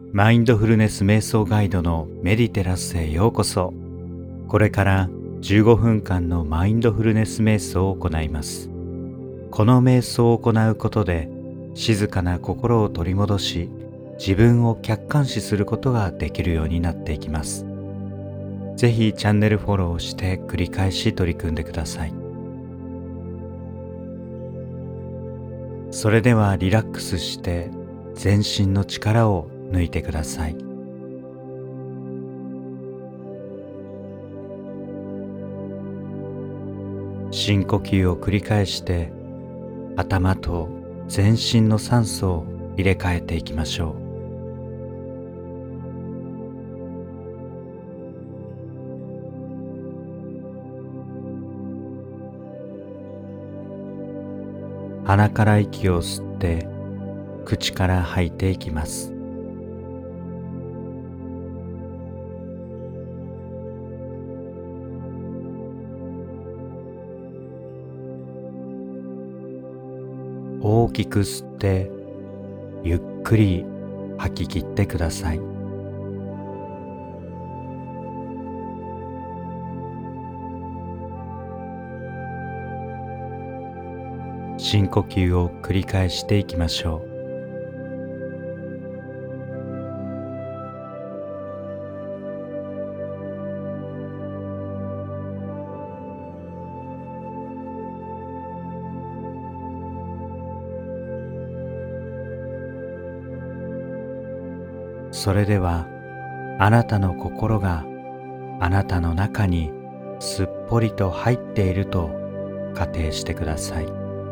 マインドフルネス瞑想ガイドのメディテラスへようこそ。これから15分間のマインドフルネス瞑想を行います。この瞑想を行うことで静かな心を取り戻し、自分を客観視することができるようになっていきます。ぜひチャンネルフォローをして繰り返し取り組んでください。それではリラックスして全身の力を抜いてください。深呼吸を繰り返して頭と全身の酸素を入れ替えていきましょう。鼻から息を吸って口から吐いていきます。大きく吸ってゆっくり吐き切ってください。深呼吸を繰り返していきましょう。それではあなたの心があなたの中にすっぽりと入っていると仮定してください。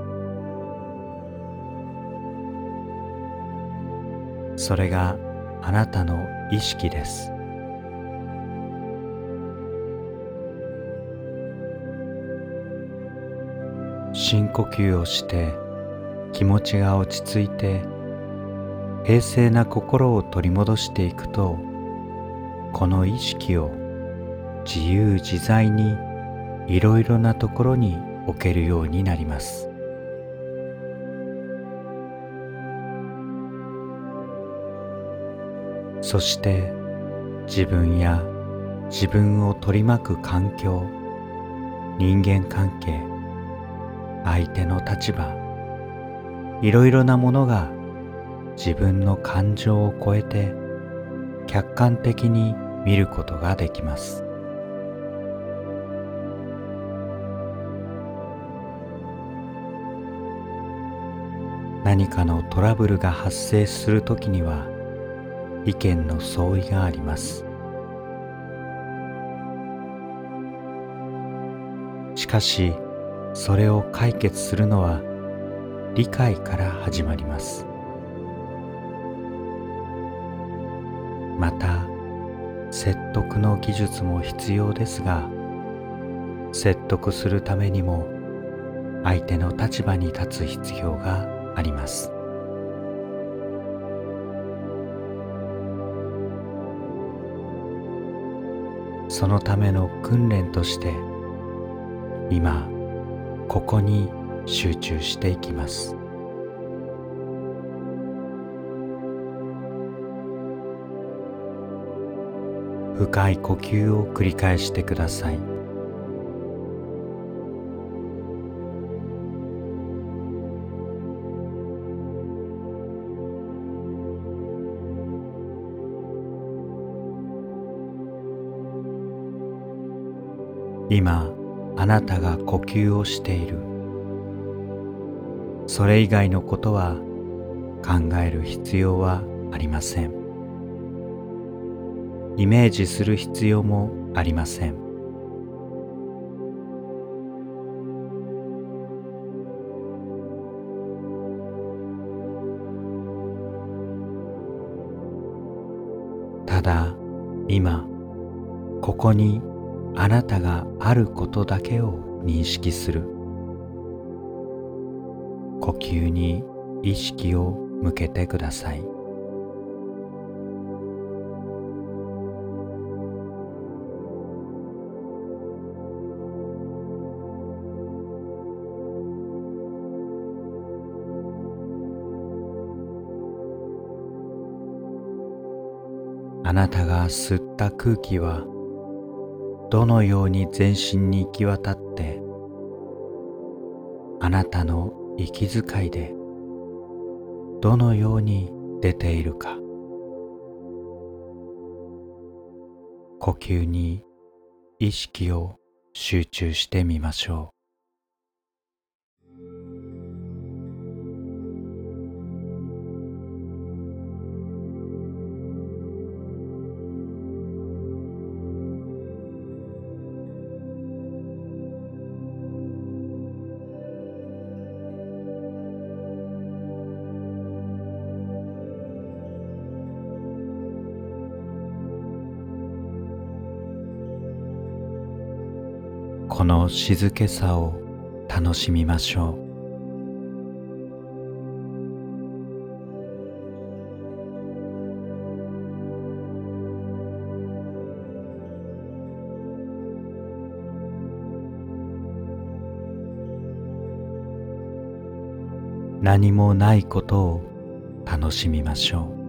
それがあなたの意識です。深呼吸をして気持ちが落ち着いて平静な心を取り戻していくと、この意識を自由自在にいろいろなところに置けるようになります。そして自分や自分を取り巻く環境、人間関係、相手の立場、いろいろなものが自分の感情を超えて客観的に見ることができます。何かのトラブルが発生するときには意見の相違があります。しかしそれを解決するのは理解から始まります。また説得の技術も必要ですが、説得するためにも相手の立場に立つ必要があります。そのための訓練として今ここに集中していきます。深い呼吸を繰り返してください。今あなたが呼吸をしている。それ以外のことは考える必要はありません。イメージする必要もありません。ただ今ここにあなたがあることだけを認識する。呼吸に意識を向けてください。 あなたが吸った空気はどのように全身に行き渡って、あなたの息遣いでどのように出ているか、呼吸に意識を集中してみましょう。この静けさを楽しみましょう。何もないことを楽しみましょう。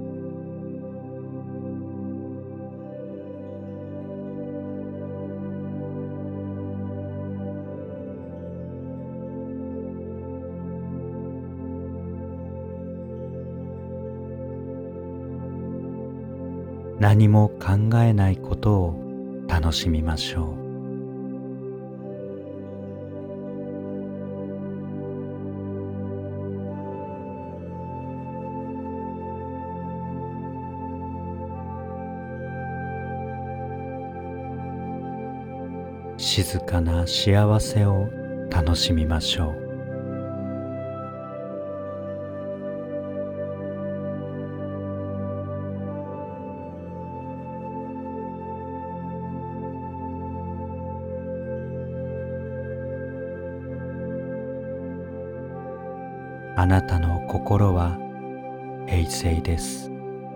何も考えないことを楽しみましょう。静かな幸せを楽しみましょう。あなたの心は平静です。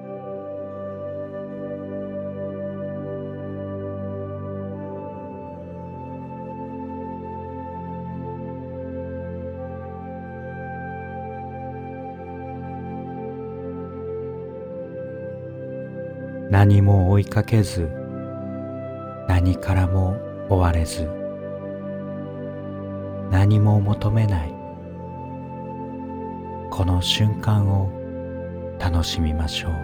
何も追いかけず、何からも追われず、何も求めない、この瞬間を楽しみましょう。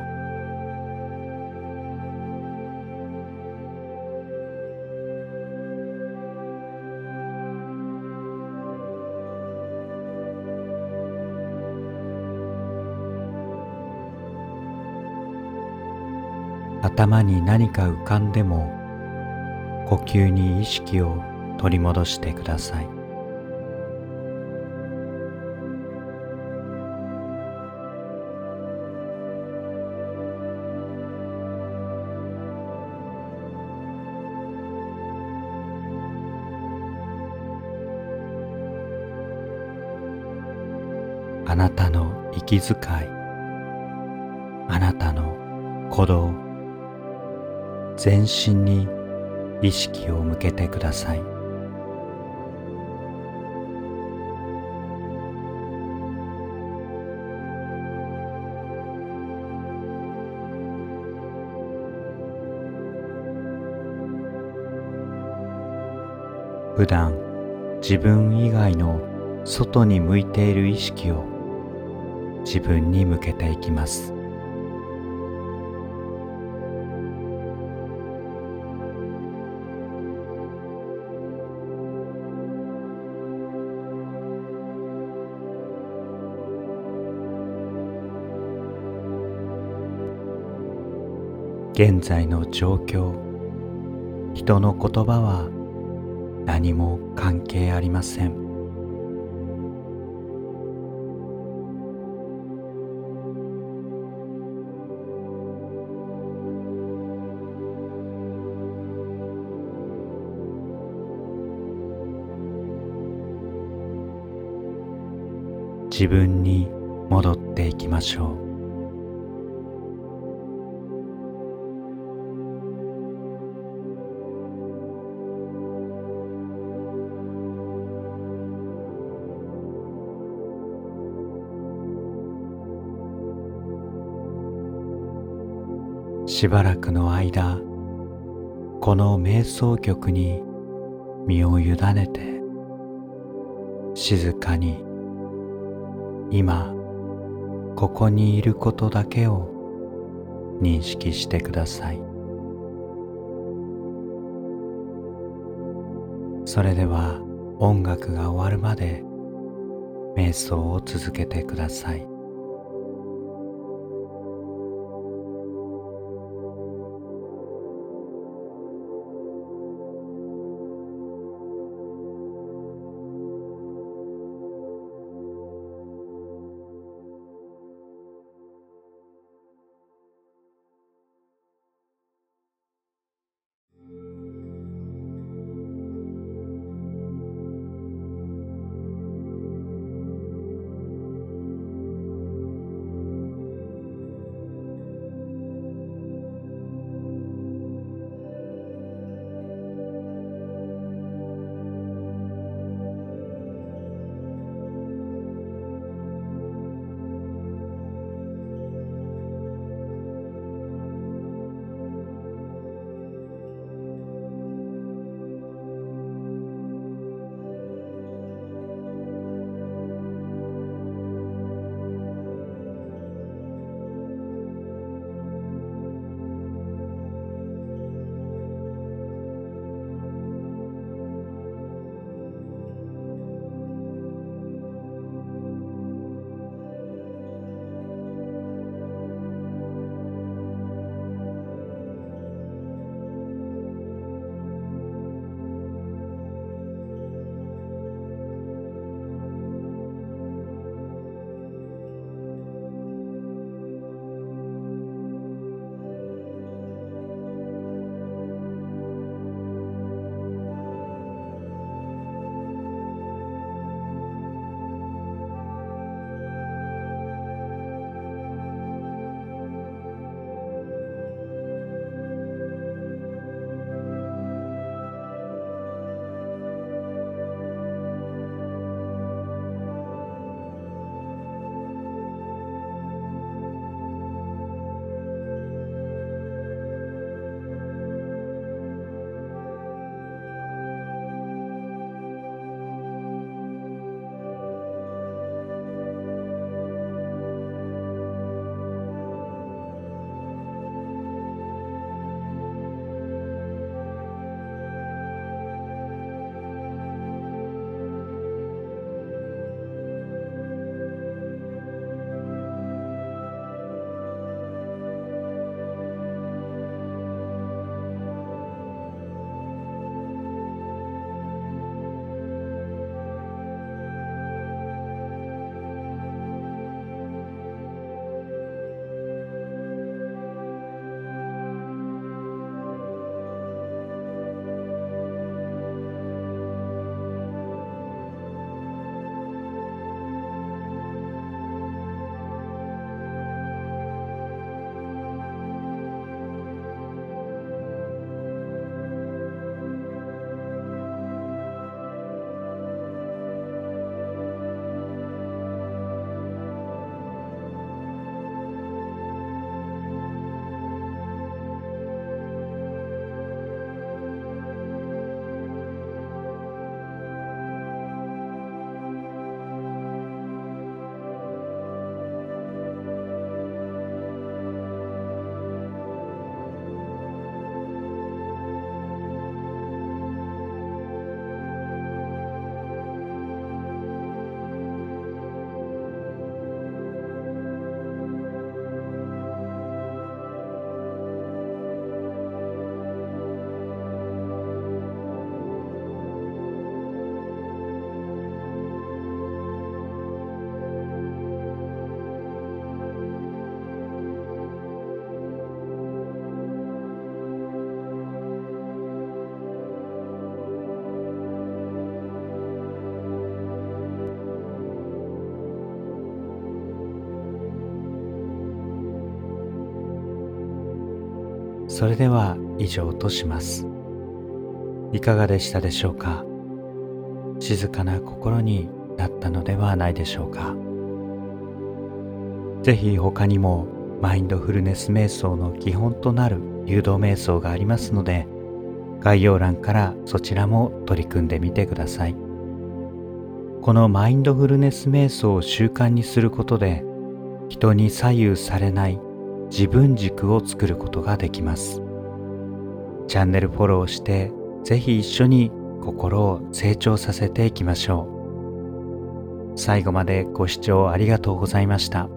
頭に何か浮かんでも、呼吸に意識を取り戻してください。あなたの息遣い、あなたの鼓動、全身に意識を向けてください。普段自分以外の外に向いている意識を自分に向けていきます。現在の状況、人の言葉は何も関係ありません。自分に戻っていきましょう。 しばらくの間、この瞑想曲に身を委ねて、静かに今ここにいることだけを認識してください。それでは音楽が終わるまで瞑想を続けてください。それでは以上とします。いかがでしたでしょうか。静かな心になったのではないでしょうか。ぜひ他にもマインドフルネス瞑想の基本となる誘導瞑想がありますので、概要欄からそちらも取り組んでみてください。このマインドフルネス瞑想を習慣にすることで、人に左右されない自分軸を作ることができます。チャンネルフォローして、ぜひ一緒に心を成長させていきましょう。最後までご視聴ありがとうございました。